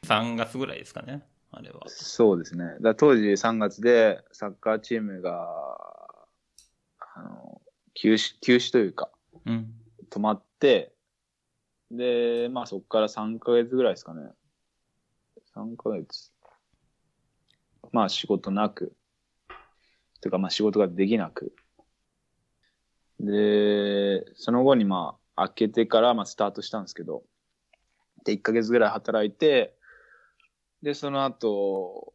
3月ぐらいですかね、あれは。 そうですね。当時3月でサッカーチームが、休止というか、止まって、で、まあそこから3ヶ月ぐらいですかね。3ヶ月。まあ仕事なく、というかまあ仕事ができなく。で、その後にまあ開けてからまあスタートしたんですけど、で、1ヶ月ぐらい働いて、で、その後、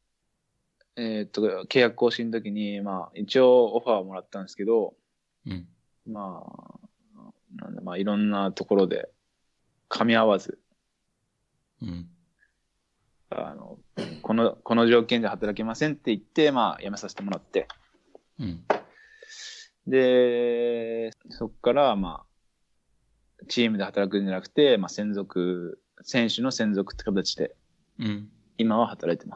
契約更新の時に、まあ一応オファーをもらったんですけど、まあいろんなところで噛み合わず、この条件で働けませんって言って、まあ辞めさせてもらって、で、そこからまあチームで働くんじゃなくて、まあ選手の専属って形で、今は働いてます。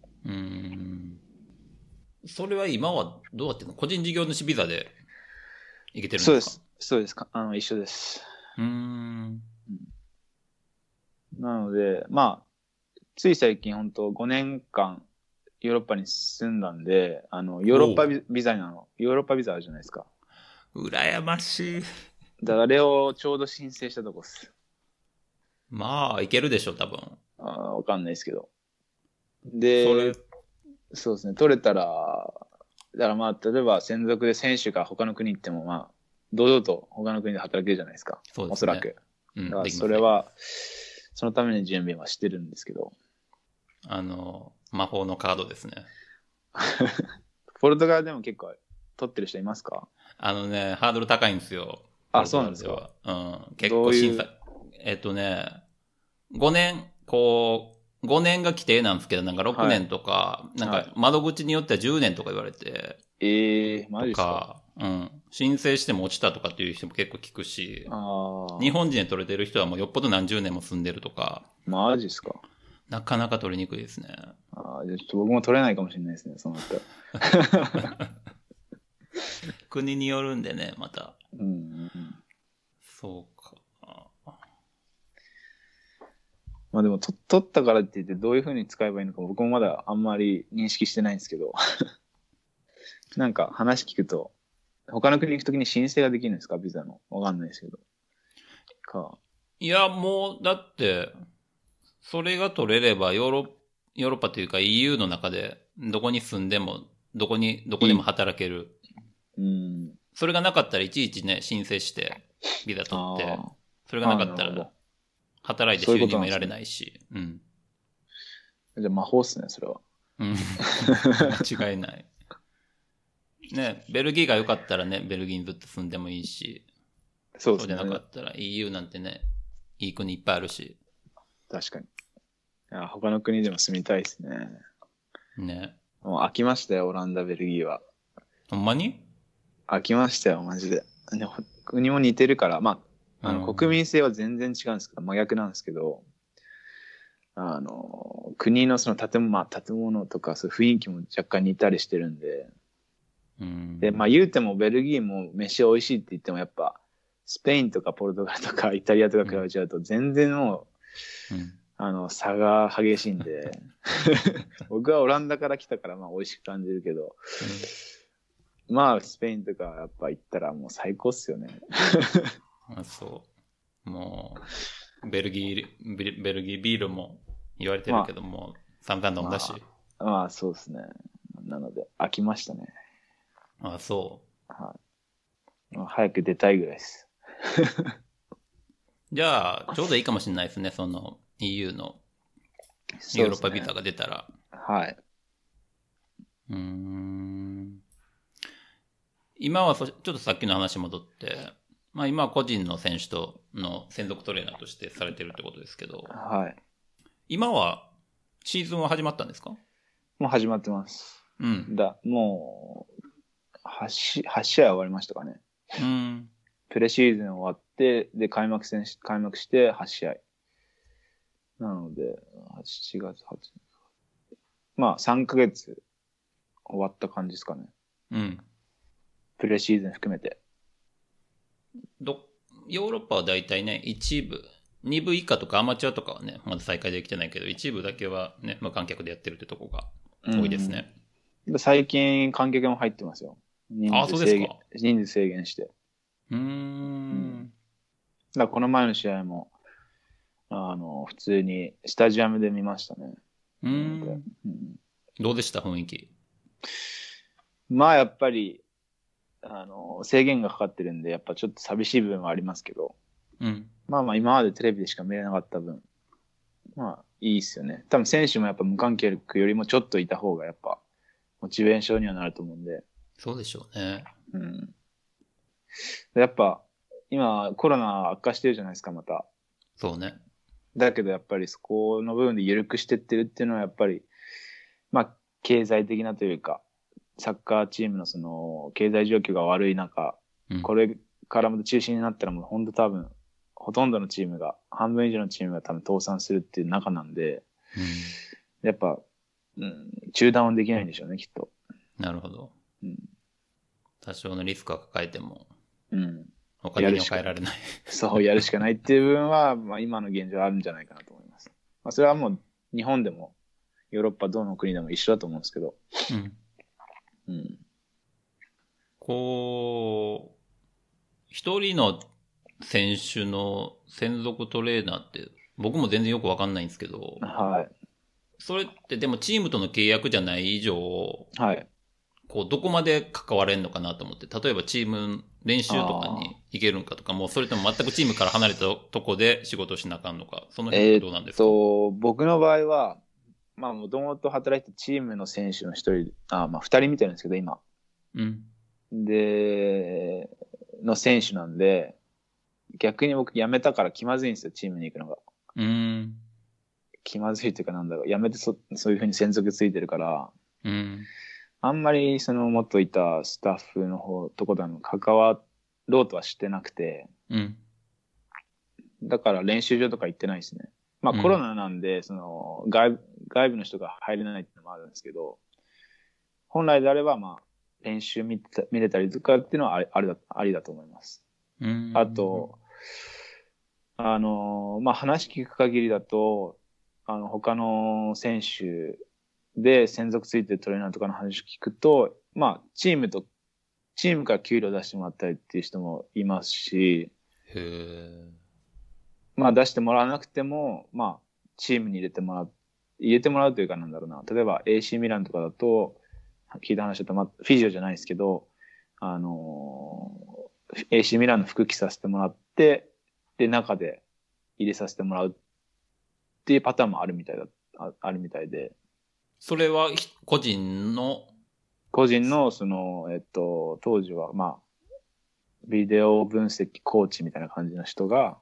それは今はどうやってんの？個人事業主ビザでいけてるんですか？ そうです。一緒です。なので、まあ、つい最近本当5年間ヨーロッパに住んだんで、ヨーロッパビザあるじゃないですか。 羨ましい。 だからあれをちょうど申請したとこっす。 まあ、いけるでしょ、多分。 わかんないですけど。で、そうですね、取れたら、だからまあ、例えば専属で選手が他の国行っても、まあ、堂々と他の国で働けるじゃないですか。そうですね。おそらく。だからそれは、そのために準備はしてるんですけど。 魔法のカードですね。 ポルトガルでも結構取ってる人いますか？ ハードル高いんですよ。 そうなんですか。 結構審査。5年が規定なんですけど、なんか6年とか、なんか窓口によっては10年とか言われて。 マジですか？ 申請しても落ちたとかっていう人も結構聞くし、日本人で取れてる人はもうよっぽど何十年も住んでるとか。 マジですか？ なかなか取りにくいですね。 じゃあちょっと僕も取れないかもしれないですね、そうなったら。 国によるんでね、また。そうか。 まあでも取ったからって言ってどういう風に使えばいいのか僕もまだあんまり認識してないんですけど。なんか話聞くと、他の国行くときに申請ができるんですか？ビザの。わかんないですけど。 いや、もう、だって、それが取れればヨーロッパというか EU の中でどこに住んでもどこでも働ける。それがなかったらいちいちね、申請してビザ取って、それがなかったら働いて収入も得られないし。 じゃあ魔法っすね、それは。 間違いない。ね、ベルギーが良かったらね、ベルギーにずっと住んでもいいし。そうじゃなかったら EU なんてね、いい国いっぱいあるし。 確かに。他の国でも住みたいですね。 ね。 もう飽きましたよ、オランダ、ベルギーは。 ほんまに？ 飽きましたよ、マジで。国も似てるから、まあ、国民性は全然違うんですけど、真逆なんですけど、国のその建物とかそういう雰囲気も若干似たりしてるんで、で、まあ言うてもベルギーも飯美味しいって言ってもやっぱ、スペインとかポルトガルとかイタリアとか比べちゃうと全然もう、差が激しいんで、僕はオランダから来たからまあ美味しく感じるけど、まあスペインとかやっぱ行ったらもう最高っすよね。 そう。もう、ベルギービールも言われてるけども、散々飲んだし。 まあそうですね。なので飽きましたね。 そう。 はい。早く出たいぐらいです。 じゃあ、ちょうどいいかもしれないですね、その EU のヨーロッパビザが出たら。 はい。 今はちょっとさっきの話戻って、まあ今は個人の選手との専属トレーナーとしてされてるってことですけど、 はい。 今はシーズンは始まったんですか？ もう始まってます。もう8試合終わりましたかね。プレシーズン終わって、で、開幕して8試合。なので、7月、8月。まあ、3ヶ月終わった感じですかね。プレシーズン含めて。 ヨーロッパはだいたいね、1部、 2部以下とかアマチュアとかはね、まだ再開できてないけど、一部だけはね、無観客でやってるってとこが多いですね。 最近観客も入ってますよ。 そうですか。 人数制限して。だからこの前の試合も、普通にスタジアムで見ましたね。 どうでした雰囲気？ まあやっぱり、制限がかかってるんで、やっぱちょっと寂しい部分はありますけど、まあ今までテレビでしか見れなかった分、まあいいっすよね。多分選手もやっぱ無観客よりもちょっといた方がやっぱ、モチベーションにはなると思うんで。 そうでしょうね。 やっぱ、今コロナ悪化してるじゃないですか、また。 そうね。 だけどやっぱりそこの部分で緩くしてってるっていうのはやっぱり、まあ経済的なというか、サッカーチームのその経済状況が悪い中、これからまた中止になったらもう本当多分ほとんどのチームが半分以上のチームが多分倒産するっていう中なんで、やっぱ、中断はできないんでしょうねきっと。 なるほど。多少のリスクは抱えても、お金には変えられない。 そうやるしかないっていう部分は、まあ今の現状あるんじゃないかなと思います。まあそれはもう日本でもヨーロッパどの国でも一緒だと思うんですけど。 こう、一人の選手の専属トレーナーって僕も全然よくわかんないんですけど、それってでもチームとの契約じゃない以上、こうどこまで関われんのかなと思って、例えばチーム練習とかに行けるんかとか、もうそれとも全くチームから離れたとこで仕事をしなあかんのか、その辺はどうなんですか？ 僕の場合は、まあもともと働いてチームの選手の一人、まあ二人見てるんですけど今。で、の選手なんで、逆に僕辞めたから気まずいんですよ、チームに行くのが。気まずいというかなんだろう、辞めてそういう風に専属ついてるから、あんまりその元いたスタッフのとこでの関わろうとはしてなくて、だから練習場とか行ってないですね。まあコロナなんで、その外部の人が入れないっていうのもあるんですけど、本来であればまあ練習見れたりとかっていうのはありだと思います。あと、まあ話聞く限りだと、他の選手で専属ついてるトレーナーとかの話聞くと、まあチームから給料出してもらったりっていう人もいますし、まあ出してもらわなくても、まあチームに入れてもらうというかなんだろうな。例えば AC ミランとかだと、聞いた話だと、まあフィジオじゃないですけど、AC ミランの服着させてもらって、で、中で入れさせてもらうっていうパターンもあるみたいで。 それは個人の、 その、当時は、まあ、ビデオ分析コーチみたいな感じの人が、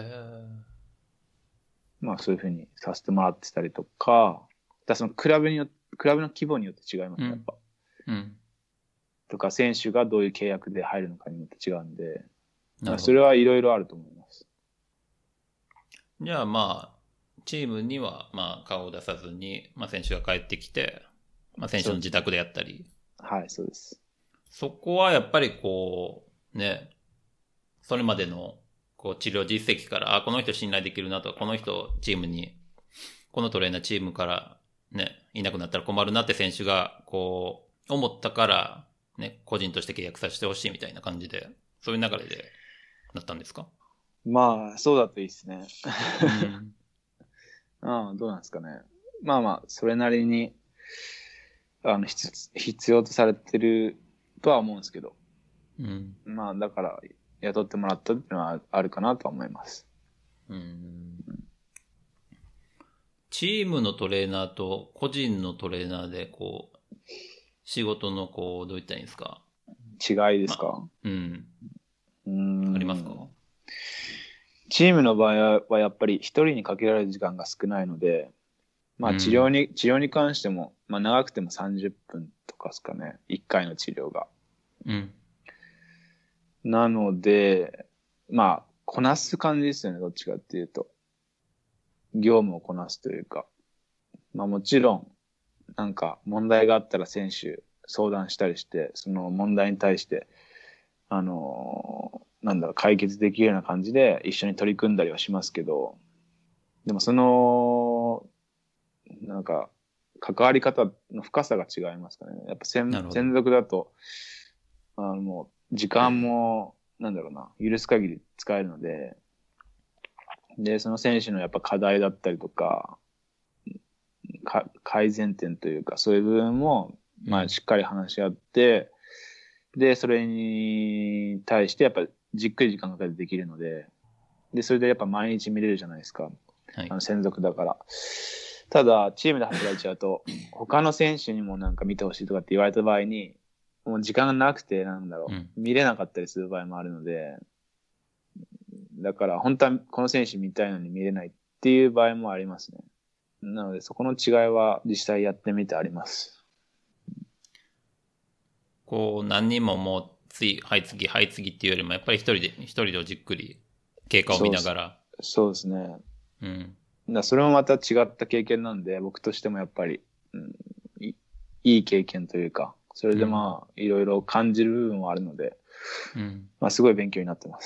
まあそういうふうにさせてもらってたりとか、そのクラブの規模によって違いますね、やっぱ。とか、選手がどういう契約で入るのかによって違うんで、それはいろいろあると思います。 じゃあまあ、チームにはまあ顔を出さずに、まあ選手が帰ってきて、まあ選手の自宅でやったり。 はい、そうです。 そこはやっぱりこう、ね、それまでのこう治療実績から、この人信頼できるなとか、この人チームに、このトレーナーチームからね、いなくなったら困るなって選手がこう、思ったから、ね、個人として契約させてほしいみたいな感じで、そういう流れでなったんですか？ まあ、そうだといいですね。どうなんですかね。まあまあ、それなりに、必要とされてるとは思うんですけど。まあ、だから、雇ってもらったっていうのはあるかなとは思います。 チームのトレーナーと個人のトレーナーで、こう、仕事のこう、どういったらいいんですか？ 違いですか？ ありますか？ チームの場合はやっぱり一人にかけられる時間が少ないので、まあ治療に関しても、まあ長くても30分とかですかね。1回の治療が。なので、まあ、こなす感じですよね、どっちかっていうと。業務をこなすというか。まあもちろん、なんか問題があったら選手相談したりして、その問題に対して、 なんだろう、解決できるような感じで一緒に取り組んだりはしますけど、でもその、なんか、関わり方の深さが違いますかね。やっぱ専属だと、もう、時間も、なんだろうな、許す限り使えるので、で、その選手のやっぱ課題だったりとか、改善点というか、そういう部分も、まあ、しっかり話し合って、で、それに対してやっぱじっくり時間かけてできるので、で、それでやっぱ毎日見れるじゃないですか。はい、専属だから。ただ、チームで働いちゃうと、他の選手にもなんか見てほしいとかって言われた場合に、もう時間がなくて、なんだろう、見れなかったりする場合もあるので、だから本当はこの選手見たいのに見れないっていう場合もありますね。なので、そこの違いは実際やってみてあります。 こう、何人ももう、はい次っていうよりも、やっぱり一人でじっくり経過を見ながら。 そうですね。うん。それもまた違った経験なんで、僕としてもやっぱり、いい経験というか、それでまあ、いろいろ感じる部分はあるので、まあ、すごい勉強になってます。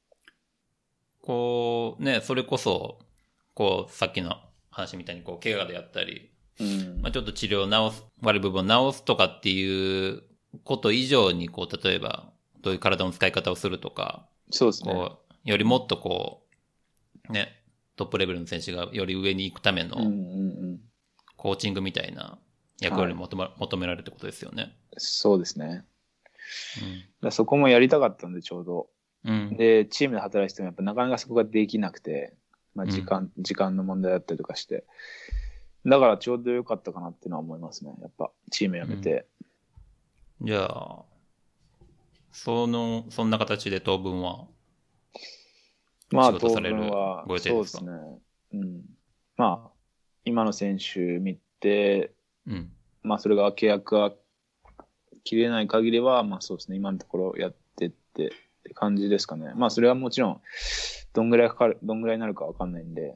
こう、ね、それこそ、こう、さっきの話みたいに、こう、怪我でやったり、まあ、ちょっと治療を悪い部分を治すとかっていうこと以上に、こう、例えば、どういう体の使い方をするとか、 そうですね。 こう、よりもっとこう、ね、トップレベルの選手がより上に行くための、コーチングみたいな役割を求められるってことですよね。 そうですね。そこもやりたかったんで、ちょうど。で、チームで働いててもやっぱなかなかそこができなくて、まあ時間の問題だったりとかして。だからちょうど良かったかなっていうのは思いますね。やっぱ、チーム辞めて。 じゃあ、そんな形で当分は、 まあ、当分は、そうですね。まあ、今の選手見て、まあ、それが契約が切れない限りは、まあそうですね、今のところやってって感じですかね。まあ、それはもちろん、どんぐらいになるかわかんないんで、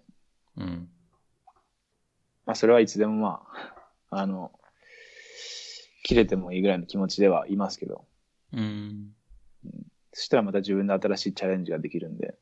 まあ、それはいつでもまあ、切れてもいいぐらいの気持ちではいますけど。そしたらまた自分で新しいチャレンジができるんで。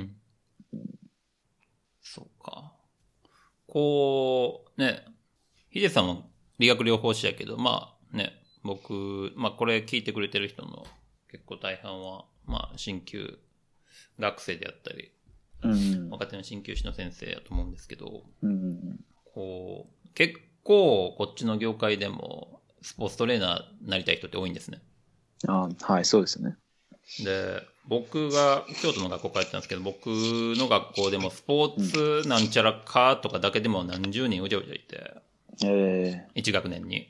そうか。こう、ね、ヒデさんは理学療法士やけど、まあね、僕、まあこれ聞いてくれてる人の結構大半は、まあ鍼灸学生であったり、若手の鍼灸師の先生やと思うんですけど、こう、結構こっちの業界でもスポーツトレーナーになりたい人って多いんですね。 はい、そうですね。 で、僕が京都の学校通ってたんですけど、僕の学校でもスポーツなんちゃらかとかだけでも何十人うじゃうじゃいて、1学年に。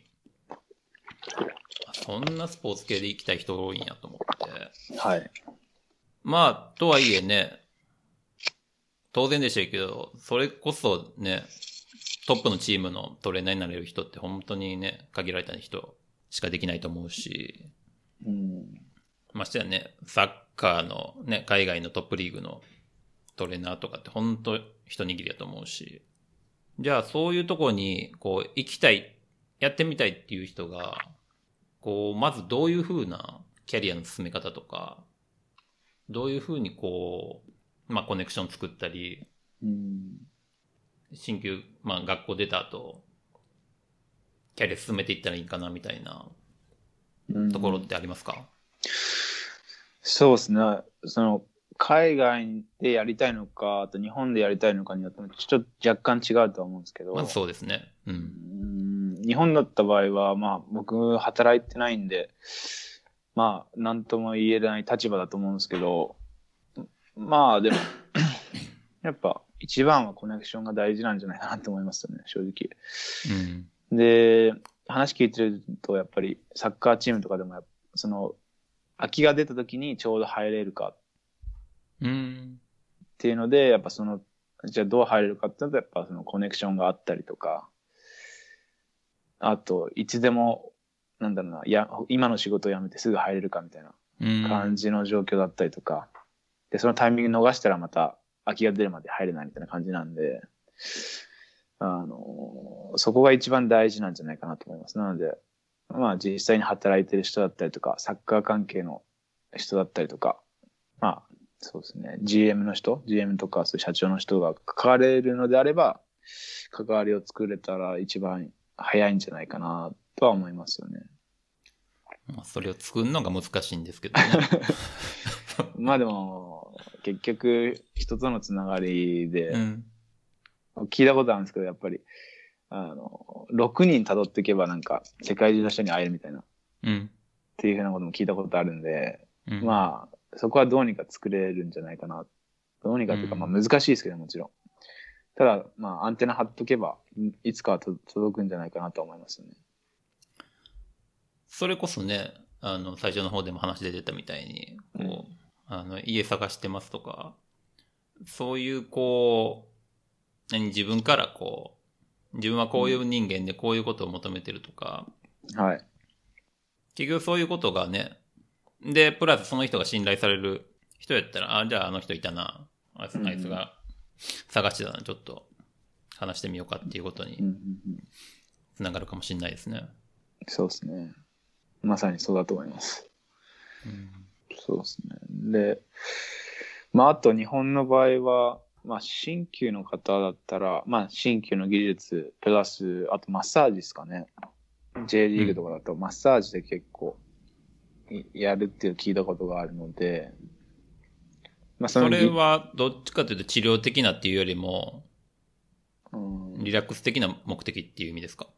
そんなスポーツ系で行きたい人多いんやと思って。 はい。 まあ、とはいえね、当然でしたけど、それこそね、トップのチームのトレーナーになれる人って本当にね、限られた人しかできないと思うし、ましてやね、サッカーのね、海外のトップリーグのトレーナーとかって本当一握りだと思うし、じゃあそういうところにこう行きたい、やってみたいっていう人が、こう、まずどういう風なキャリアの進め方とか、どういう風にこう、まあコネクション作ったり、鍼灸、まあ学校出た後、キャリア進めていったらいいかなみたいなところってありますか？ そうですね。海外でやりたいのか、あと日本でやりたいのかによっても、ちょっと若干違うとは思うんですけど。 まあそうですね。 日本だった場合は、まあ僕働いてないんで、まあなんとも言えない立場だと思うんですけど、まあでも、やっぱ一番はコネクションが大事なんじゃないかなと思いますよね、正直。で、話聞いてるとやっぱりサッカーチームとかでも空きが出た時にちょうど入れるかっていうので、やっぱじゃあどう入れるかっていうと、やっぱコネクションがあったりとか、あと、いつでも、なんだろうな、今の仕事を辞めてすぐ入れるかみたいな感じの状況だったりとか、で、そのタイミング逃したらまた空きが出るまで入れないみたいな感じなんで、そこが一番大事なんじゃないかなと思います。なので、まあ実際に働いてる人だったりとか、サッカー関係の人だったりとか、 まあ、そうですね。GM とかそういう社長の人が関われるのであれば、関わりを作れたら一番早いんじゃないかなとは思いますよね。 まあ、それを作るのが難しいんですけどね。 まあでも、結局、人とのつながりで、聞いたことあるんですけど、やっぱり、6人辿っていけばなんか、世界中の人に会えるみたいな、っていうふうなことも聞いたことあるんで、まあ、そこはどうにか作れるんじゃないかな。どうにかというか、まあ難しいですけど、もちろん。ただ、まあ、アンテナ張っとけば、いつかは届くんじゃないかなと思いますよね。 それこそね、最初の方でも話出てたみたいに、こう、家探してますとか、そういう、こう、自分からこう、自分はこういう人間でこういうことを求めてるとか、 はい。 結局そういうことがね、で、プラスその人が信頼される人やったら、じゃああの人いたな、あいつが探してたな、ちょっと話してみようかっていうことにつながるかもしれないですね。 そうですね。まさにそうだと思います。そうですね。で、まあ、あと日本の場合は、まあ、鍼灸の方だったら、まあ、鍼灸の技術、プラス、あとマッサージですかね。J リーグとかだと、マッサージで結構、やるっていう聞いたことがあるので、 まあ、それはどっちかというと治療的なっていうよりも、リラックス的な目的っていう意味ですか？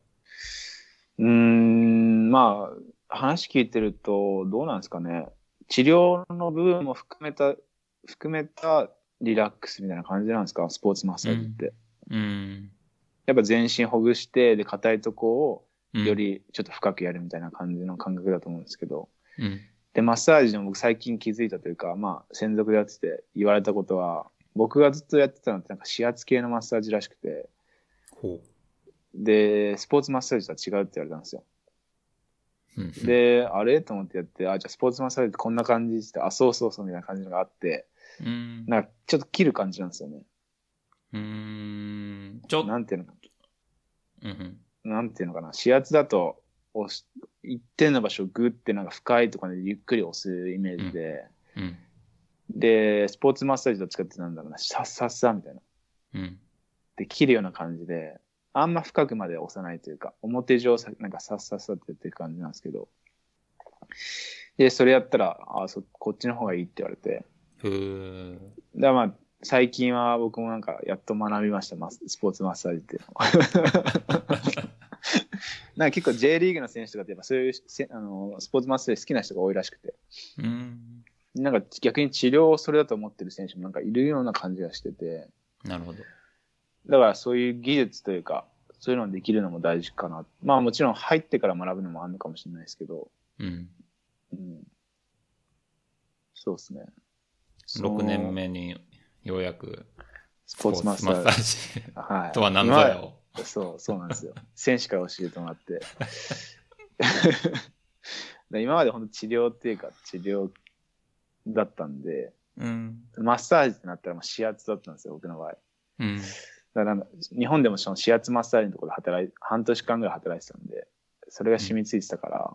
まあ、話聞いてると、どうなんですかね。治療の部分も含めたリラックスみたいな感じなんですか、スポーツマッサージって。やっぱ全身ほぐして、で、硬いとこをよりちょっと深くやるみたいな感じの感覚だと思うんですけど。で、マッサージでも僕最近気づいたというか、まあ、専属でやってて言われたことは、僕がずっとやってたのってなんか指圧系のマッサージらしくて。で、スポーツマッサージとは違うって言われたんですよ。で、あれと思ってやって、じゃあスポーツマッサージってこんな感じって、そうみたいな感じのがあって、なんかちょっと切る感じなんですよね。なんていうのかな。なんていうのかな。指圧だと、一定の場所をグッてなんか深いところでゆっくり押すイメージで、で、スポーツマッサージと使ってなんだろうな、さっさっさみたいな。で、切るような感じで、あんま深くまで押さないというか、表上なんかさっさっさってやってる感じなんですけど。で、それやったら、こっちの方がいいって言われて。だまあ、最近は僕もなんかやっと学びました、スポーツマッサージっていうのなんか結構 J リーグの選手とかってやっぱそういうスポーツマッサージ好きな人が多いらしくて。なんか逆に治療をそれだと思ってる選手もなんかいるような感じがしてて。 なるほど。 だからそういう技術というか、そういうのできるのも大事かな。まあもちろん入ってから学ぶのもあるのかもしれないですけど。そうですね。 6年目にようやくスポーツマッサージ。 はい。とは何ぞよ。 そうなんですよ。選手から教えてもらって。今まで本当治療っていうか治療だったんで、マッサージってなったらもう指圧だったんですよ、僕の場合。だから日本でもその指圧マッサージのところで半年間ぐらい働いてたんで、それが染みついてたから。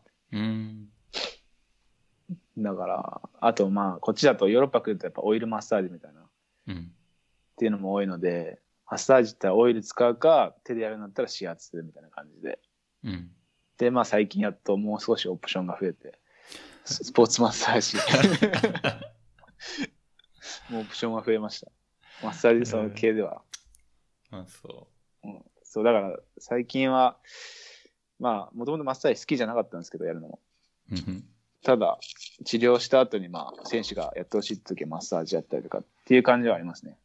だから、あとまあ、こっちだとヨーロッパ来るとやっぱオイルマッサージみたいな、っていうのも多いので、マッサージってオイル使うか、手でやるんだったら指圧みたいな感じで。で、まあ最近やっともう少しオプションが増えて、スポーツマッサージ。もうオプションが増えました。マッサージその系では。そう、だから最近は、まあ、もともとマッサージ好きじゃなかったんですけど、やるのも。ただ、治療した後に、まあ、選手がやってほしい時はマッサージやったりとかっていう感じはありますね。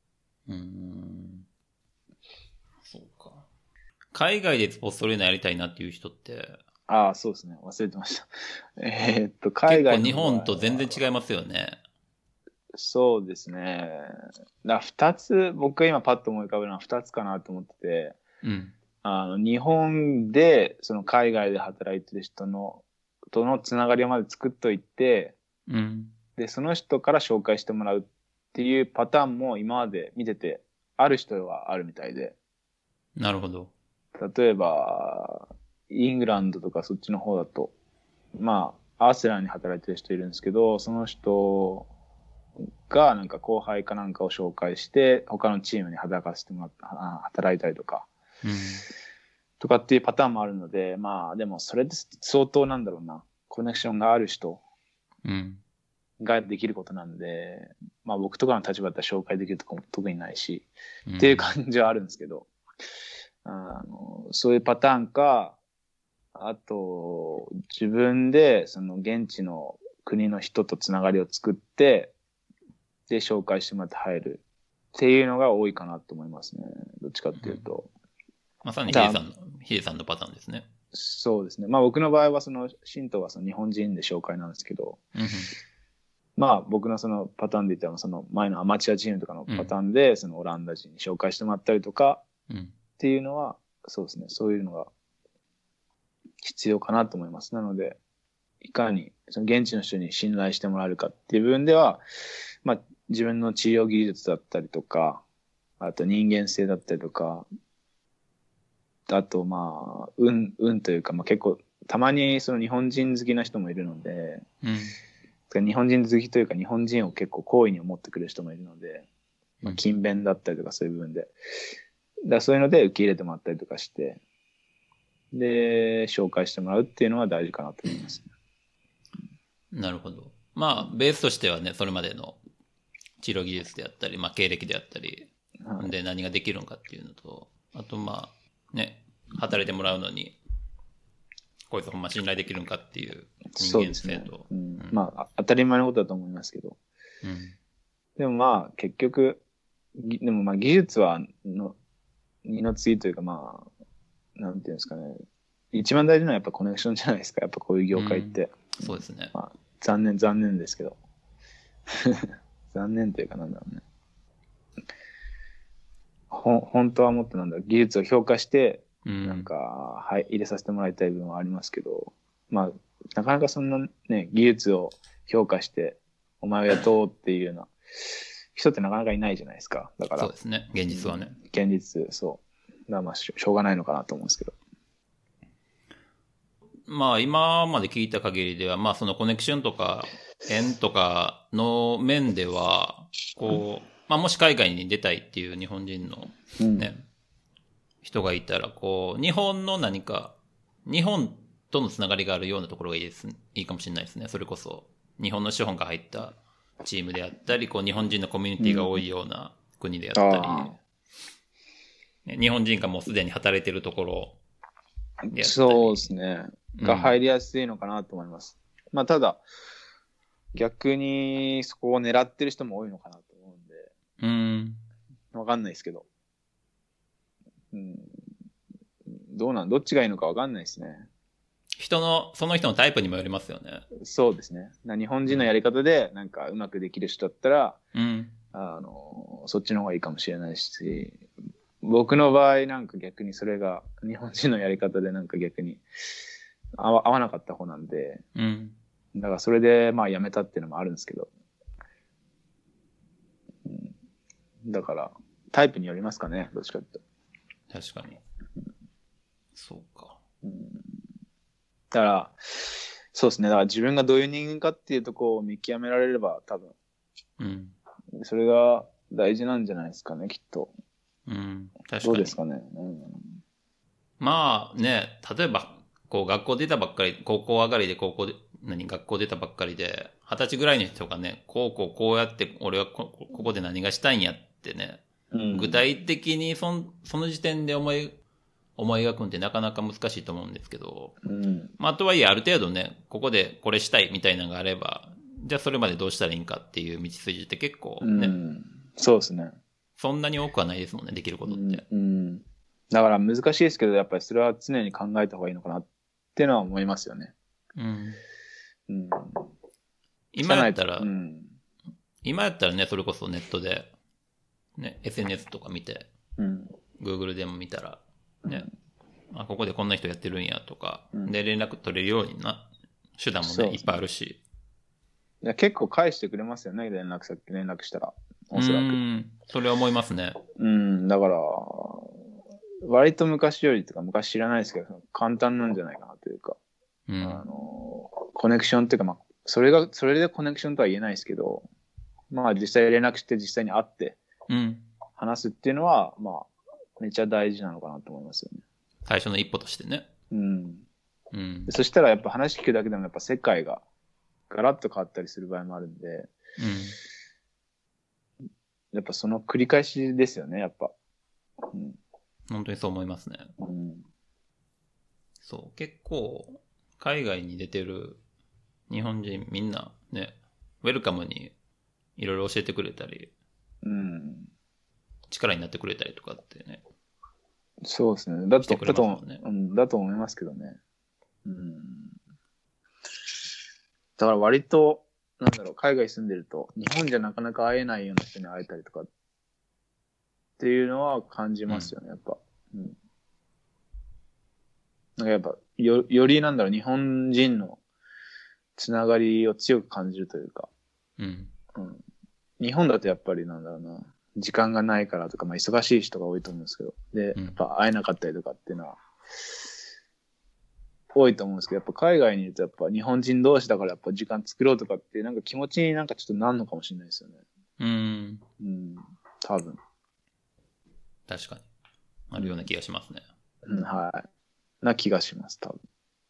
そうか。海外でスポーツトレーナーやりたいなっていう人って。 そうですね。忘れてました。 海外の。結構日本と全然違いますよね。 そうですね。二つ、僕が今パッと思い浮かべるのは二つかなと思ってて、日本で、その海外で働いてる人とのつながりをまず作っといて、で、その人から紹介してもらうっていうパターンも今まで見てて、ある人はあるみたいで。 なるほど。 例えば、イングランドとかそっちの方だと、まあ、アーセナルに働いてる人いるんですけど、その人がなんか後輩かなんかを紹介して他のチームに働かせてもらった働いたりとか、とかっていうパターンもあるので、まあでもそれで相当なんだろうな、コネクションがある人ができることなんで、まあ僕とかの立場だったら紹介できるとこも特にないし、っていう感じはあるんですけど、そういうパターンか、あと自分でその現地の国の人とつながりを作って、で紹介してもらって入るっていうのが多いかなと思いますね。どっちかっていうと。 まさにヒデさんのパターンですね。 そうですね。まあ僕の場合は神道はその日本人で紹介なんですけど、まあ僕のそのパターンで言ったらその前のアマチュアチームとかのパターンでそのオランダ人に紹介してもらったりとかっていうのは、そうですね。そういうのが必要かなと思います。なので、いかにその現地の人に信頼してもらえるかっていう部分では、まあ自分の治療技術だったりとか、あと人間性だったりとか、あとまあ運というか、まあ結構たまにその日本人好きな人もいるので、日本人好きというか日本人を結構好意に思ってくる人もいるので、まあ、勤勉だったりとかそういう部分で、そういうので受け入れてもらったりとかして、で紹介してもらうっていうのは大事かなと思います。 なるほど。まあベースとしてはね、それまでの治療技術であったり、まあ経歴であったりで何ができるのかっていうのと、あとまあね、働いてもらうのにこいつほんま信頼できるんかっていう人間性と、 まあ当たり前のことだと思いますけど、でもまあ結局でもまあ技術は二の次というか、まあなんていうんですかね、一番大事なのはやっぱコネクションじゃないですか、やっぱこういう業界って。 そうですね。 まあ、残念ですけど残念というかなんだろうね、本当はもっとなんだ、技術を評価してなんか、はい、入れさせてもらいたい部分はありますけど、まあなかなかそんなね技術を評価してお前を雇おうっていうような人ってなかなかいないじゃないですか。だからそうですね、現実はね。 現実、そうだからまあしょうがないのかなと思うんですけど。 まあ今まで聞いた限りでは、まあそのコネクションとか縁とかの面では、こう、まあもし海外に出たいっていう日本人のね、人がいたら、こう、日本の何か、日本とのつながりがあるようなところがいいかもしれないですね。それこそ、日本の資本が入ったチームであったり、こう日本人のコミュニティが多いような国であったり、日本人がもうすでに働いてるところであったり。 そうですね。が入りやすいのかなと思います。まあただ、逆にそこを狙ってる人も多いのかなと思うんで、わかんないですけど、どっちがいいのかわかんないですね。 その人のタイプにもよりますよね。 そうですね。日本人のやり方でなんかうまくできる人だったら、そっちの方がいいかもしれないし、僕の場合なんか逆にそれが日本人のやり方でなんか逆に合わなかった方なんで、だからそれでまあやめたっていうのもあるんですけど、だからタイプによりますかね、どっちかって。 確かに。そうか。 だからそうですね。だから自分がどういう人間かっていうところを見極められれば多分、それが大事なんじゃないですかね、きっと。 確かに。 どうですかね。 まあね、例えばこう学校出たばっかり、高校上がりで学校出たばっかりで、20歳ぐらいの人がね、こうやって俺はここで何がしたいんやってね、具体的にその時点で思い描くんってなかなか難しいと思うんですけど、まあとはいえある程度ね、ここでこれしたいみたいなのがあれば、じゃあそれまでどうしたらいいんかっていう道筋って結構ね、 そうですね。 そんなに多くはないですもんね、できることって。 だから難しいですけど、やっぱりそれは常に考えた方がいいのかなっていうのは思いますよね。 今やったらね、それこそネットで、ね、SNS とか見て、Google でも見たら、ね、ここでこんな人やってるんやとか、で連絡取れるようにな手段もね、いっぱいあるし。 結構返してくれますよね、連絡したら。おそらく。 それは思いますね。 だから、割と昔よりとか、昔知らないですけど、簡単なんじゃないかなというか、コネクションっていうか、それでコネクションとは言えないですけど、 まあ実際連絡して実際に会ってうん。 話すっていうのは、まあめっちゃ大事なのかなと思いますよね。 最初の一歩としてね。 うん。 うん。 そしたらやっぱ話聞くだけでもやっぱ世界がガラッと変わったりする場合もあるんで、 うん。 やっぱその繰り返しですよね、やっぱ。うん。 本当にそう思いますね。 うん。 そう。結構、海外に出てる日本人みんなね、ウェルカムにいろいろ教えてくれたり、 うん。 力になってくれたりとかってね。 そうですね。だと、 してくれますもんね。 うん、だと思いますけどね。うん。だから割と、なんだろう、海外住んでると、日本じゃなかなか会えないような人に会えたりとかっていうのは感じますよね、やっぱ。うん。なんかやっぱ、よりなんだろう、日本人のつながりを強く感じるというか、 うん。 うん。日本だとやっぱりなんだろうな、時間がないからとか、まあ忙しい人が多いと思うんですけど、で、 うんやっぱ会えなかったりとかっていうのは、多いと思うんですけど、やっぱ海外にいるとやっぱ日本人同士だからやっぱ時間作ろうとかってなんか気持ちになんかちょっとなんのかもしれないですよね。 うん。 うん。多分。 確かに。あるような気がしますね。 うん、はい。な気がします、多分。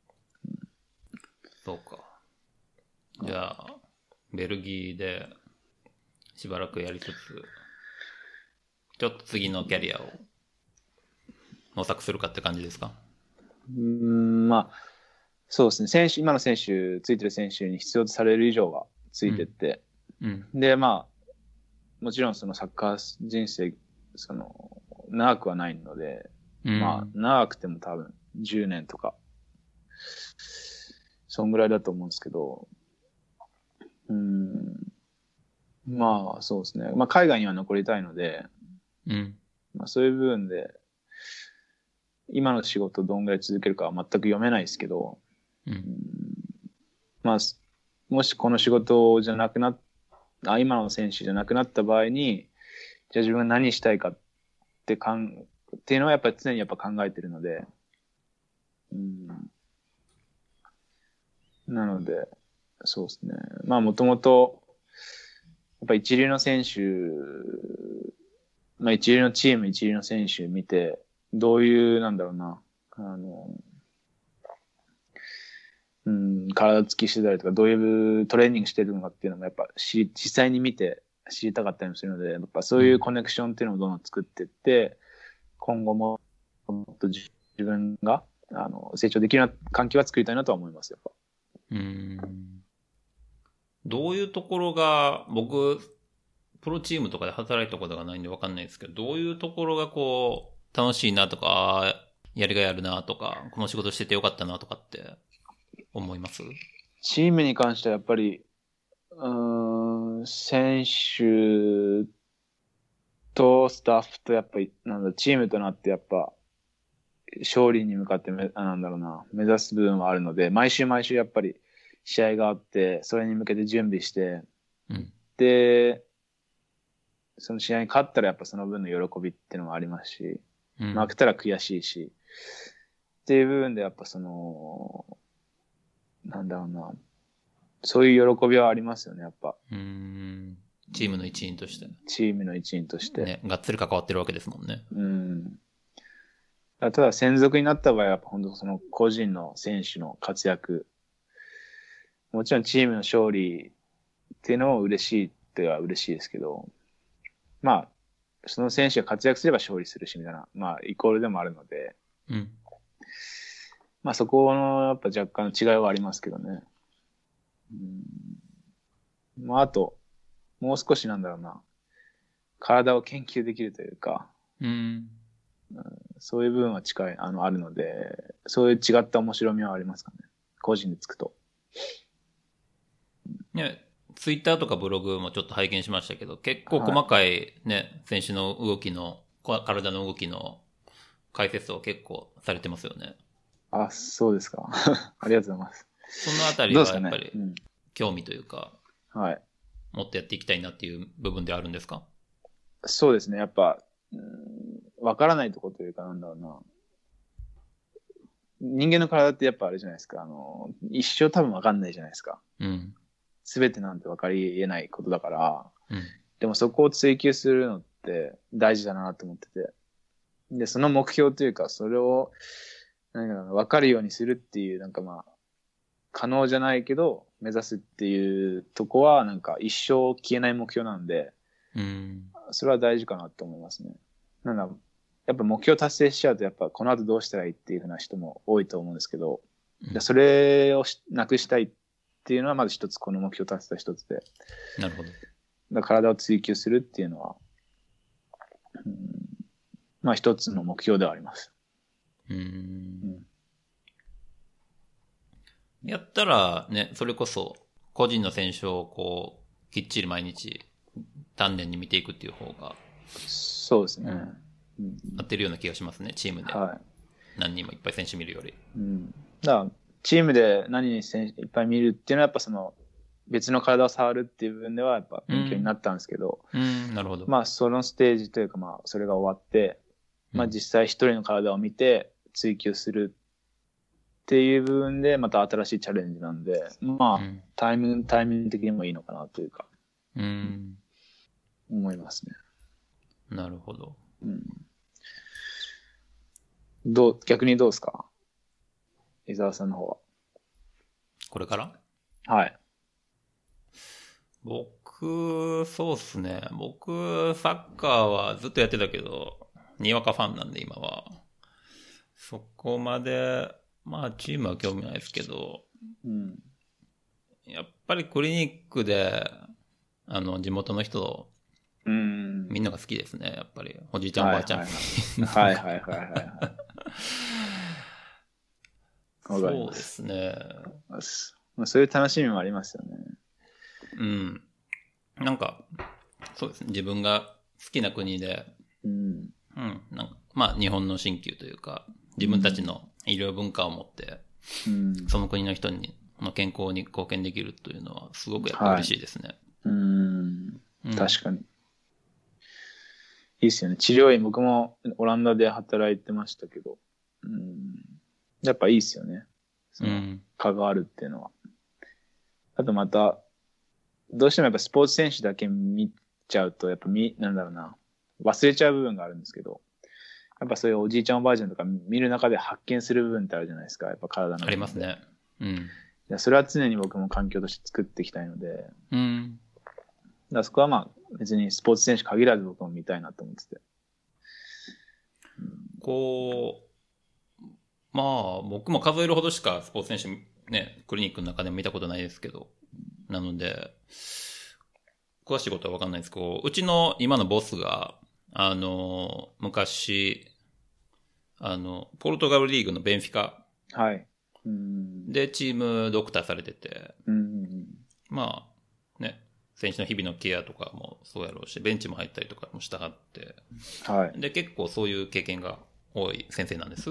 そうか。じゃあ、ベルギーでしばらくやりつつ、ちょっと次のキャリアを模索するかって感じですか？ まあ、そうですね。今の選手、ついてる選手に必要とされる以上はついてって、で、まあ、もちろんそのサッカー人生、長くはないので、まあ、長くても多分10年とか、そんぐらいだと思うんですけど、まあ、そうですね。まあ、海外には残りたいので、まあ、そういう部分で、今の仕事をどんぐらい続けるかは全く読めないですけど、まあ、もしこの仕事じゃなく今の選手じゃなくなった場合に、じゃあ自分が何したいかっていうのはやっぱり常にやっぱ考えてるので、なので、そうですね。まあもともと、やっぱ一流の選手、まあ一流のチーム、一流の選手見て、どういう、なんだろうな、体つきしてたりとか、どういうトレーニングしてるのかっていうのもやっぱ実際に見て知りたかったりもするので、やっぱそういうコネクションっていうのをどんどん作っていって、今後ももっと自分が成長できるような環境は作りたいなとは思いますよ。 どういうところが、僕、プロチームとかで働いたことがないんで分かんないですけど、どういうところがこう、楽しいなとか、やりがいあるなとか、この仕事しててよかったなとかって思います？ チームに関してはやっぱり、選手とスタッフとやっぱり、チームとなってやっぱ、勝利に向かって目指す部分はあるので、毎週毎週やっぱり試合があって、それに向けて準備して、で、その試合に勝ったらやっぱその分の喜びっていうのもありますし、負けたら悔しいし、っていう部分でやっぱそういう喜びはありますよね、やっぱ。 チームの一員として。 チームの一員として。 ね、がっつり関わってるわけですもんね。 ただ専属になった場合はやっぱ本当その個人の選手の活躍、もちろんチームの勝利っていうのも嬉しいっては嬉しいですけど、まあ、その選手が活躍すれば勝利するしみたいな、まあイコールでもあるので、まあそこのやっぱ若干の違いはありますけどね。まああと、もう少し体を研究できるというか、そういう部分はあるので、そういう違った面白みはありますかね。個人でつくと。 ね、ツイッターとかブログもちょっと拝見しましたけど、結構細かいね、選手の動きの、体の動きの解説を結構されてますよね。 あ、そうですか。ありがとうございます。 そのあたりはやっぱり興味というか、 はい。 もっとやっていきたいなっていう部分であるんですか？ そうですね。やっぱ、わからないところというか人間の体ってやっぱあれじゃないですか。一生多分わかんないじゃないですか。すべてなんてわかり得ないことだから、 でもそこを追求するのって大事だなと思ってて。で、その目標というか、それを、分かるようにするっていう、可能じゃないけど、目指すっていうとこは、一生消えない目標なんで、それは大事かなと思いますね。やっぱ目標達成しちゃうと、やっぱこの後どうしたらいいっていうふうな人も多いと思うんですけど、それをなくしたいっていうのは、まず一つ、この目標達成一つで。 なるほど。 体を追求するっていうのは、一つの目標ではあります。 やったらね、それこそ個人の選手をきっちり毎日丹念に見ていくっていう方がそうですね、 合ってるような気がしますね、チームで、何人もいっぱい選手見るより。 だからチームで何人選手いっぱい見るっていうのはやっぱその別の体を触るっていう部分ではやっぱ勉強になったんですけど、 なるほど。 そのステージというかそれが終わって、実際一人の体を見て追求するっていう部分でまた新しいチャレンジなんで、タイミング的にもいいのかなというか、思いますね。 なるほど。 逆にどうですか、伊沢さんの方は。 これから？ はい。 僕、そうっすね。僕、サッカーはずっとやってたけど、にわかファンなんで今は。そこまで、チームは興味ないですけど、やっぱりクリニックで、地元の人、みんなが好きですね、やっぱり。おじいちゃん、おばあちゃん。そうですね。 そういう楽しみもありますよね。 そうですね。自分が好きな国で、日本の新旧というか、自分たちの医療文化を持って、その国の人の健康に貢献できるというのは、すごくやっぱ嬉しいですね。 確かに。いいですよね。治療院、僕もオランダで働いてましたけど、やっぱいいですよね。その関わるっていうのは。あとまた、どうしてもやっぱスポーツ選手だけ見ちゃうと、やっぱ忘れちゃう部分があるんですけど、やっぱそういうおじいちゃんおばあちゃんとか見る中で発見する部分ってあるじゃないですか、やっぱ体の。 ありますね。 それは常に僕も環境として作っていきたいので、そこは別にスポーツ選手限らず僕も見たいなと思ってて。 僕も数えるほどしかスポーツ選手ね、クリニックの中でも見たことないですけど、なので、詳しいことは分かんないですけど、うちの今のボスが、昔、ポルトガルリーグのベンフィカ。で、チームドクターされてて、選手の日々のケアとかもそうやろうし、ベンチも入ったりとかもしたはって、で、結構そういう経験が多い先生なんです。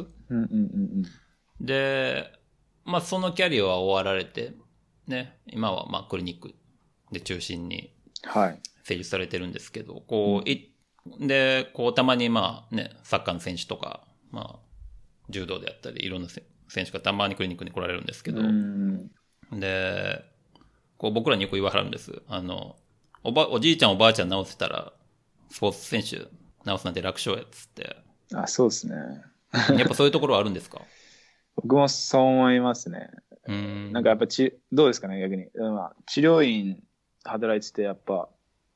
で、そのキャリアは終わられて、ね、今はクリニックで中心に施術されてるんですけど、たまにサッカーの選手とか、柔道であったり、いろんな選手がたまにクリニックに来られるんですけど、で、僕らによく言わはるんです。おじいちゃんおばあちゃん治せたら、スポーツ選手治すなんて楽勝やっつって。 そうですね。 やっぱそういうところはあるんですか？ 僕もそう思いますね。やっぱどうですかね、逆に。治療院働いてて、やっぱ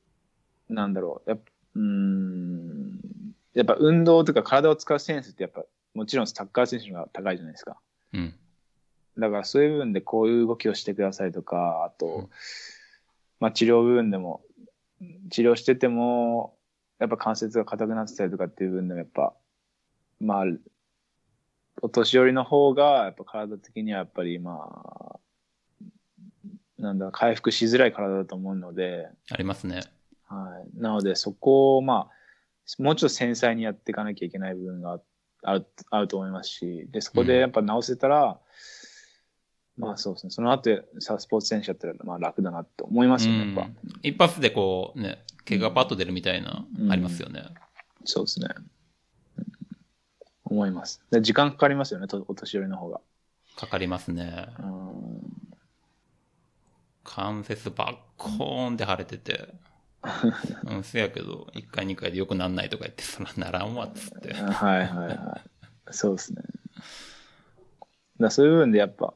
やっぱ運動とか体を使うセンスってやっぱ、もちろんサッカー選手が高いじゃないですか。だからそういう部分でこういう動きをしてくださいとか、あと、治療部分でも、治療してても、やっぱ関節が硬くなってたりとかっていう部分でもやっぱ、お年寄りの方が、やっぱ体的にはやっぱり回復しづらい体だと思うので。 ありますね。 なのでそこをもうちょっと繊細にやっていかなきゃいけない部分があると思いますし、で、そこでやっぱ直せたら、そうですね。その後スポーツ選手やったら楽だなって思いますよね、やっぱ。 一発で毛がパッと出るみたいな、ありますよね。 そうですね。思います。で、時間かかりますよね、お年寄りの方が。 かかりますね。関節バッコーンって腫れてて。 うん、せやけど、1回2回でよくなんないとか言って、そらならんわっつって。 はいはいはい。そうですね。そういう部分でやっぱ、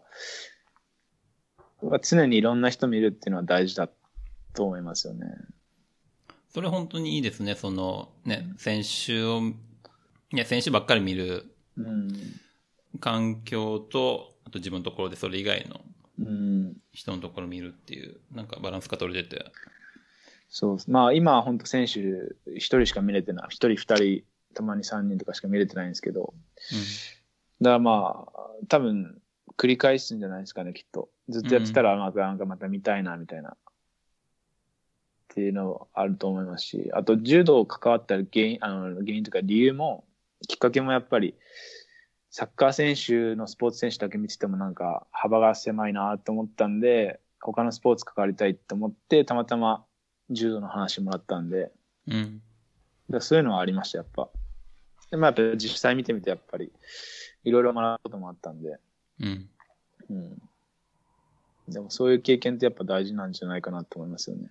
常にいろんな人見るっていうのは大事だと思いますよね。 それ本当にいいですね。そのね、選手ばっかり見る環境と、あと自分のところでそれ以外の人のところ見るっていう、なんかバランスが取れてて。 そうです。まあ今は本当選手一人しか見れてない。一人二人、たまに三人とかしか見れてないんですけど。だからまあ、多分繰り返すんじゃないですかね、きっと。ずっとやってたらなんかまた見たいな、みたいな。っていうのあると思いますし、あと柔道関わった原因とか理由も、きっかけもやっぱり、サッカー選手のスポーツ選手だけ見ててもなんか幅が狭いなと思ったんで、他のスポーツ関わりたいと思って、たまたま柔道の話もらったんで、そういうのはありました、やっぱ。で、まあやっぱ実際見てみてやっぱり、いろいろ学ぶこともあったんで、でもそういう経験ってやっぱ大事なんじゃないかなと思いますよね。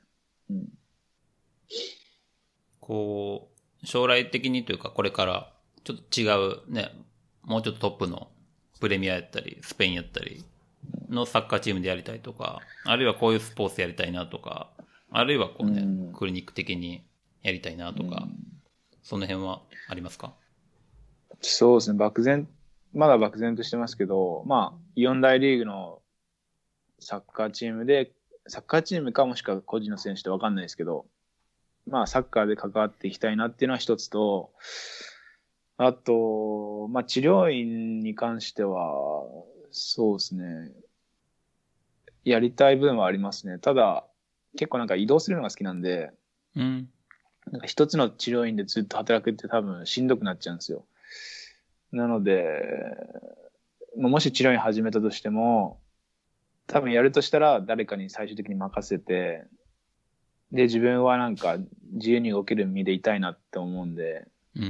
こう、将来的にというかこれからちょっと違うね、もうちょっとトップのプレミアやったり、スペインやったりのサッカーチームでやりたいとか、あるいはこういうスポーツやりたいなとか、あるいはこうね、クリニック的にやりたいなとか、その辺はありますか？ そうですね、まだ漠然としてますけど、まあ、4大リーグのサッカーチームかもしくは個人の選手って分かんないですけど、まあ、サッカーで関わっていきたいなっていうのは一つと、あと、まあ、治療院に関しては、そうですね、やりたい部分はありますね。ただ、結構なんか移動するのが好きなんで、なんか一つの治療院でずっと働くって多分しんどくなっちゃうんですよ。なので、もし治療院始めたとしても、多分やるとしたら誰かに最終的に任せて、で、自分はなんか自由に動ける身でいたいなって思うんで、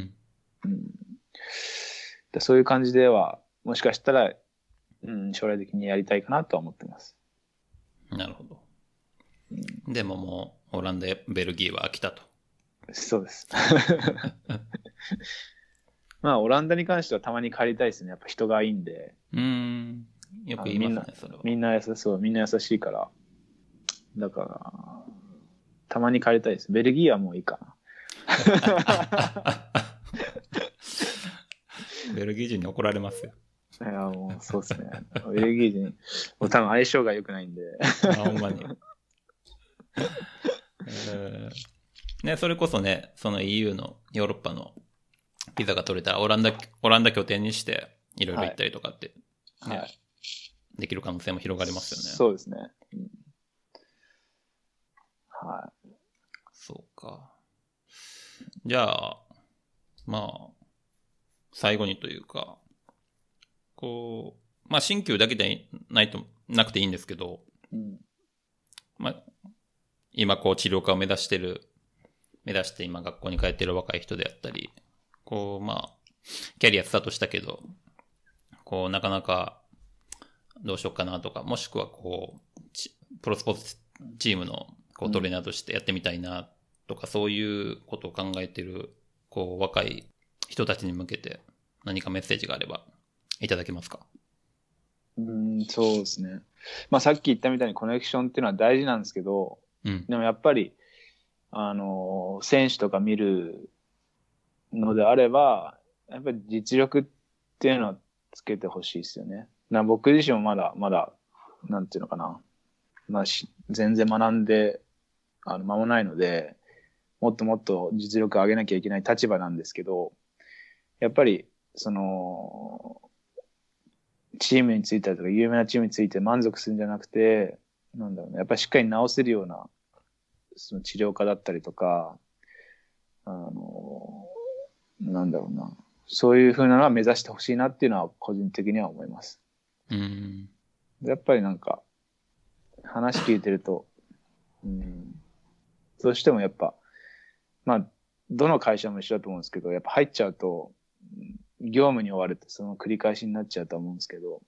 そういう感じでは、もしかしたら、将来的にやりたいかなとは思ってます。 なるほど。でももう、オランダ、ベルギーは飽きたと。 そうです。まあ、オランダに関してはたまに帰りたいですね。やっぱ人がいいんで。 よく言いますね、それは。 みんな優しいから。だから、たまに帰りたいです。ベルギーはもういいかな。 ベルギー人に怒られますよ。 いや、もうそうですね。ベルギー人、もう多分相性が良くないんで。 ほんまに。ね、それこそね、その EU のヨーロッパのピザが取れたらオランダ拠点にしていろいろ行ったりとかって、ねできる可能性も広がりますよね。 そうですね。はい。 そうか。じゃあ、まあ、最後にというか、こう、まあ、新旧だけでなくていいんですけど、まあ、今こう治療家を目指して今学校に通っている若い人であったり、こう、まあ、キャリアスタートしたけど、こう、なかなかどうしようかなとか、もしくはこう、プロスポーツチームのこうトレーナーとしてやってみたいなとか、そういうことを考えている、こう、若い人たちに向けて何かメッセージがあればいただけますか？ そうですね。まあさっき言ったみたいにコネクションっていうのは大事なんですけど、でもやっぱり、選手とか見るのであれば、やっぱり実力っていうのはつけてほしいですよね。僕自身もまだ、なんていうのかな。まあ全然学んで、間もないので、もっともっと実力を上げなきゃいけない立場なんですけど、やっぱり、チームについたりとか、有名なチームについて満足するんじゃなくて、なんだろうね、やっぱりしっかり治せるような、その治療家だったりとか、なんだろうな、そういう風なのは目指してほしいなっていうのは個人的には思います。やっぱりなんか、話聞いてると、どうしてもやっぱ、まあ、どの会社も一緒だと思うんですけど、やっぱ入っちゃうと、業務に追われてその繰り返しになっちゃうと思うんですけど、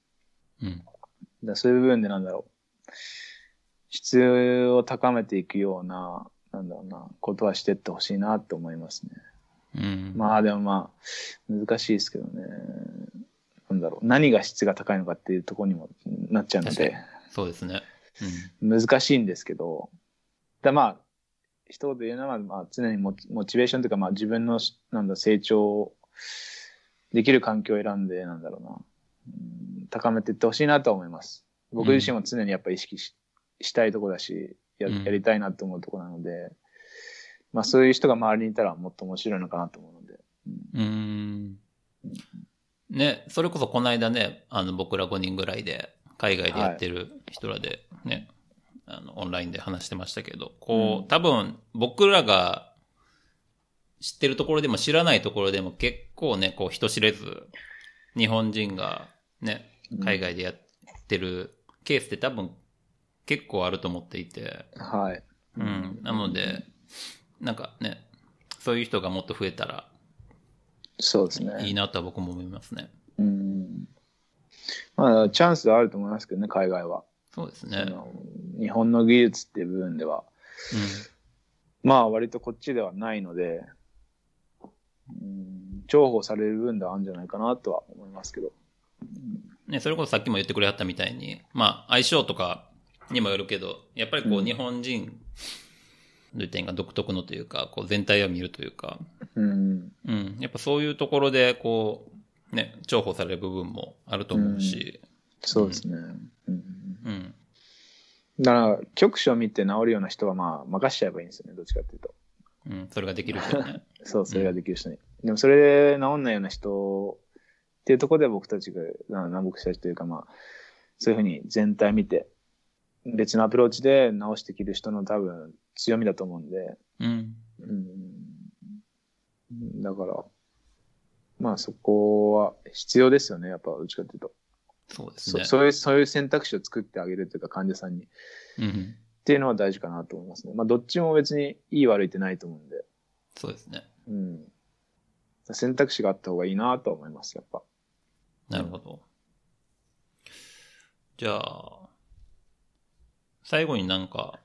そういう部分でなんだろう、質を高めていくような、 なんだろうな、ことはしてってほしいなって思いますね。 うん。 まあでもまあ、難しいですけどね。なんだろう、何が質が高いのかっていうところにもなっちゃうので。 そうですね。 難しいんですけど、まあ、一言で言うのは、まあ、常にモチベーションというか、まあ、自分の成長できる環境を選んで、なんだろうな、高めていってほしいなと思います。僕自身も常にやっぱ意識したいところだし、やりたいなと思うところなので、まあ、そういう人が周りにいたらもっと面白いのかなと思うので。 ね、それこそこの間ね、僕ら5人ぐらいで海外でやってる人らでね、オンラインで話してましたけど、多分僕らが知ってるところでも知らないところでも結構ね、人知れず、日本人がね、海外でやってるケースって多分結構あると思っていて、 はい。 なので、なんかね、そういう人がもっと増えたら、 そうですね。 いいなとは僕も思いますね。 まあ、チャンスはあると思いますけどね、海外は。 そうですね。 日本の技術っていう部分では、まあ割とこっちではないので、重宝される部分ではあるんじゃないかなとは思いますけど。 ね、それこそさっきも言ってくれはったみたいに、まあ相性とかにもよるけど、やっぱり日本人の点が独特のというか、全体を見るというか、やっぱそういうところでね、重宝される部分もあると思うし。 そうですね。だから、局所を見て治るような人はまあ任しちゃえばいいんですよね、どっちかっていうと。 それができる人ね。 そう、それができる人に。でもそれで治んないような人っていうところで僕たちが、僕たちというかまあ、そういうふうに全体見て、別のアプローチで治してきる人の多分強みだと思うんで。だから、まあそこは必要ですよね、やっぱどっちかっていうと。 そうですね。 そういう選択肢を作ってあげるというか患者さんに。っていうのは大事かなと思いますね。まあどっちも別にいい悪いってないと思うんで。 そうですね。 選択肢があった方がいいなと思います、やっぱ。 なるほど。じゃあ、最後になんか、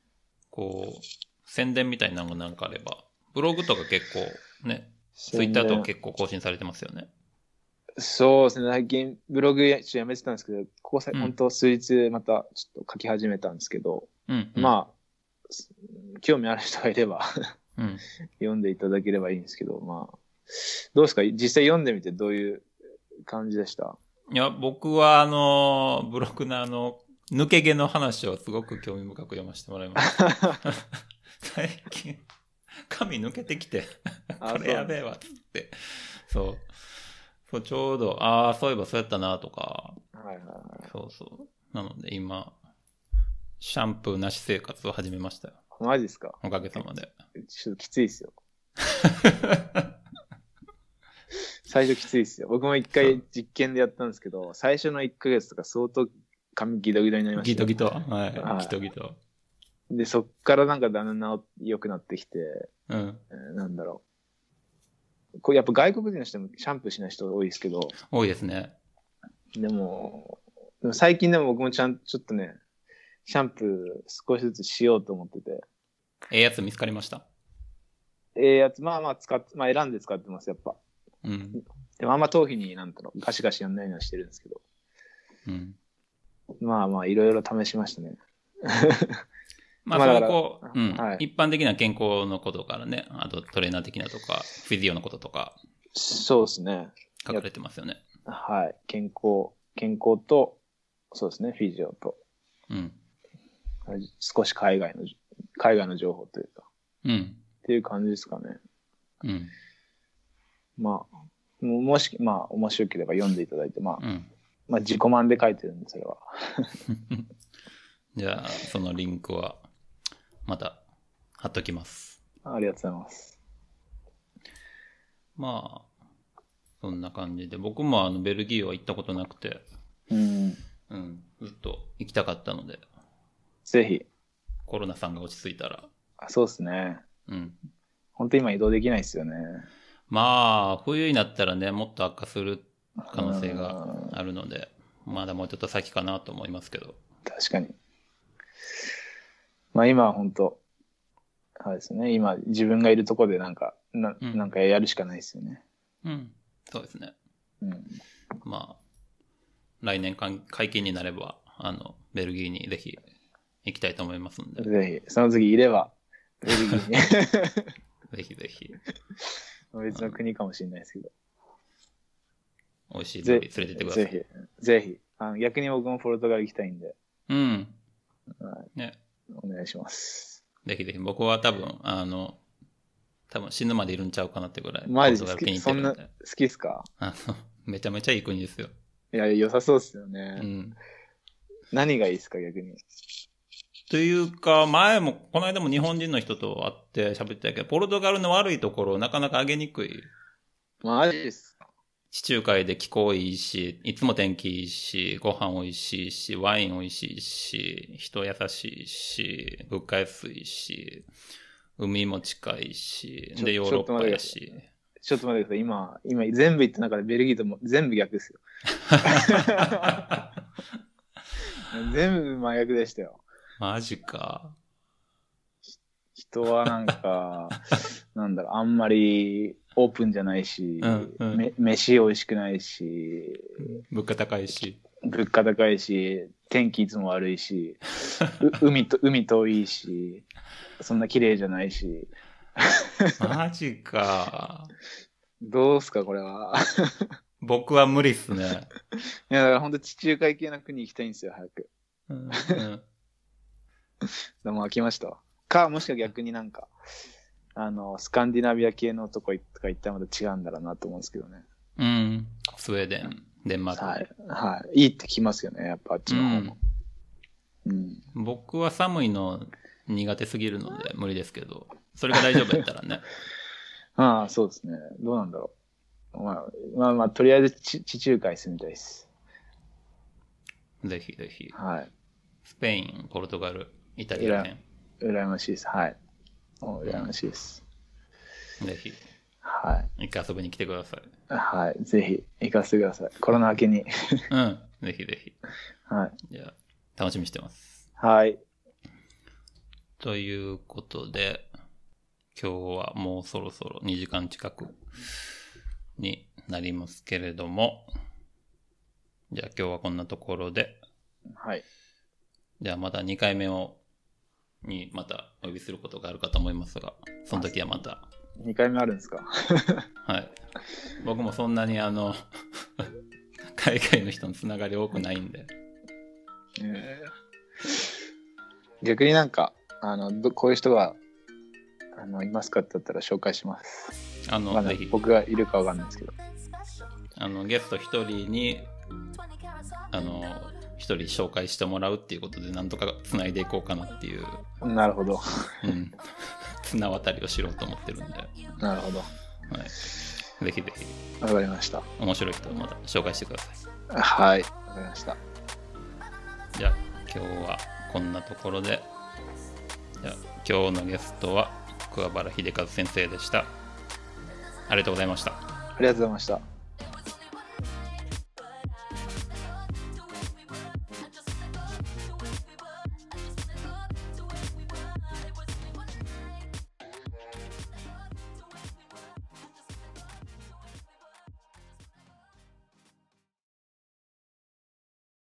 宣伝みたいなのがなんかあれば、ブログとか結構ね、ツイッターとか結構更新されてますよね。 そうですね、最近ブログやめてたんですけど、ここ本当数日またちょっと書き始めたんですけど、まあ、興味ある人がいれば読んでいただければいいんですけど、まあ、どうですか実際読んでみてどういう感じでした？ いや、僕はブログの抜け毛の話をすごく興味深く読ませてもらいました。最近、髪抜けてきて、これやべえわ、つって。そう、ちょうど、そういえばそうやったな、とか。そう。なので今、シャンプーなし生活を始めましたよ。 マジですか？ おかげさまで。 ちょっときついですよ。最初きついですよ。僕も一回実験でやったんですけど、最初の1ヶ月とか相当髪ギトギトになりました。 ギトギト。はい。ギトギト。 で、そっからなんかだんだん良くなってきて、なんだろう。やっぱ外国人の人もシャンプーしない人多いですけど。 多いですね。 でも最近でも僕もちょっとね、シャンプー少しずつしようと思ってて。 やつ見つかりました？ やつ、まあ選んで使ってます、やっぱ。でもあんま頭皮にガシガシやんないようにしてるんですけど。まあいろいろ試しましたね。 まあ一般的な健康のことからね、あとトレーナー的なとか、フィジオのこととか。 そうですね。 書かれてますよね。 はい。健康と、そうですね、フィジオと。少し海外の情報というか。っていう感じですかね。まあ、もし、面白ければ読んでいただいて、まあ自己満で書いてるんで、それは。 じゃあ、そのリンクは、また、貼っときます。 ありがとうございます。 まあ、そんな感じで、僕もベルギーは行ったことなくて、ずっと行きたかったので、 ぜひ。 コロナさんが落ち着いたら。 そうですね。本当今移動できないですよね。 まあ、冬になったらね、もっと悪化する可能性があるので、まだもうちょっと先かなと思いますけど。 確かに。まあ今は本当はいですね。今、自分がいるところでなんかやるしかないですよね。 うん。そうですね。 うん。 まあ、来年解禁になれば、ベルギーにぜひ行きたいと思いますんで。 ぜひ、その次いれば、ベルギーに。 ぜひぜひ。 別の国かもしれないですけど。 美味しい料理連れてってください。 ぜひ。逆に僕もポルトガル行きたいんで。 うん。 はい、 ね。 お願いします。 ぜひぜひ。僕は多分死ぬまでいるんちゃうかなってぐらい。 マジでそんな好きっすか？ めちゃめちゃいい国ですよ。 いや、良さそうですよね。 うん。 何がいいですか、逆に。 というか、この間も日本人の人と会って喋ってたけど、ポルトガルの悪いところをなかなか上げにくい。 マジですか？ 地中海で気候いいし、いつも天気いいし、ご飯美味しいし、ワイン美味しいし、人優しいし、物価安いし、海も近いし、で、ヨーロッパやし。 ちょっと待ってください。今全部言った中でベルギーとも全部逆ですよ。全部真逆でしたよ。 マジか。 人はなんか、あんまりオープンじゃないし、飯美味しくないし、 物価高いし、 天気いつも悪いし、海遠いし、そんな綺麗じゃないし。 マジか。 どうすかこれは。 僕は無理っすね。 いやだから本当地中海系の国行きたいんですよ早く。でも飽きましたか。もしくは逆にスカンディナビア系のとこ行ったらまた違うんだろうなと思うんですけどね。 うん。スウェーデン、デンマーク。 はい。いいって聞きますよね、やっぱあっちの方も。 僕は寒いの苦手すぎるので無理ですけど、それが大丈夫やったらね。 ああ、そうですね。どうなんだろう。まあ、とりあえず地中海住みたいです。 ぜひぜひ。 はい。 スペイン、ポルトガル、イタリアね。 羨ましいです。はい。羨ましいです。 ぜひ。 はい。 一回遊びに来てください。 はい。ぜひ行かせてください。コロナ明けに。 うん。ぜひぜひ。 はい。 じゃあ、楽しみにしてます。 はい。 ということで、今日はもうそろそろ2時間近くになりますけれども、じゃあ今日はこんなところで、 はい。 じゃあまた2回目にまたお呼びすることがあるかと思いますが、その時はまた。 2回目あるんですか？ はい。僕もそんなに海外の人のつながり多くないんで。 逆にこういう人がいますかって言ったら紹介します。ぜひ僕がいるかわかんないですけど。 ゲスト一人に一人紹介してもらうっていうことでなんとかつないでいこうかなっていう。 なるほど。 綱渡りをしようと思ってるんで。 なるほど。 はい。ぜひぜひ。 わかりました。 面白い人をまた紹介してください。 はい。わかりました。 じゃあ今日はこんなところで。じゃあ今日のゲストは桑原秀和先生でした。ありがとうございました。 ありがとうございました。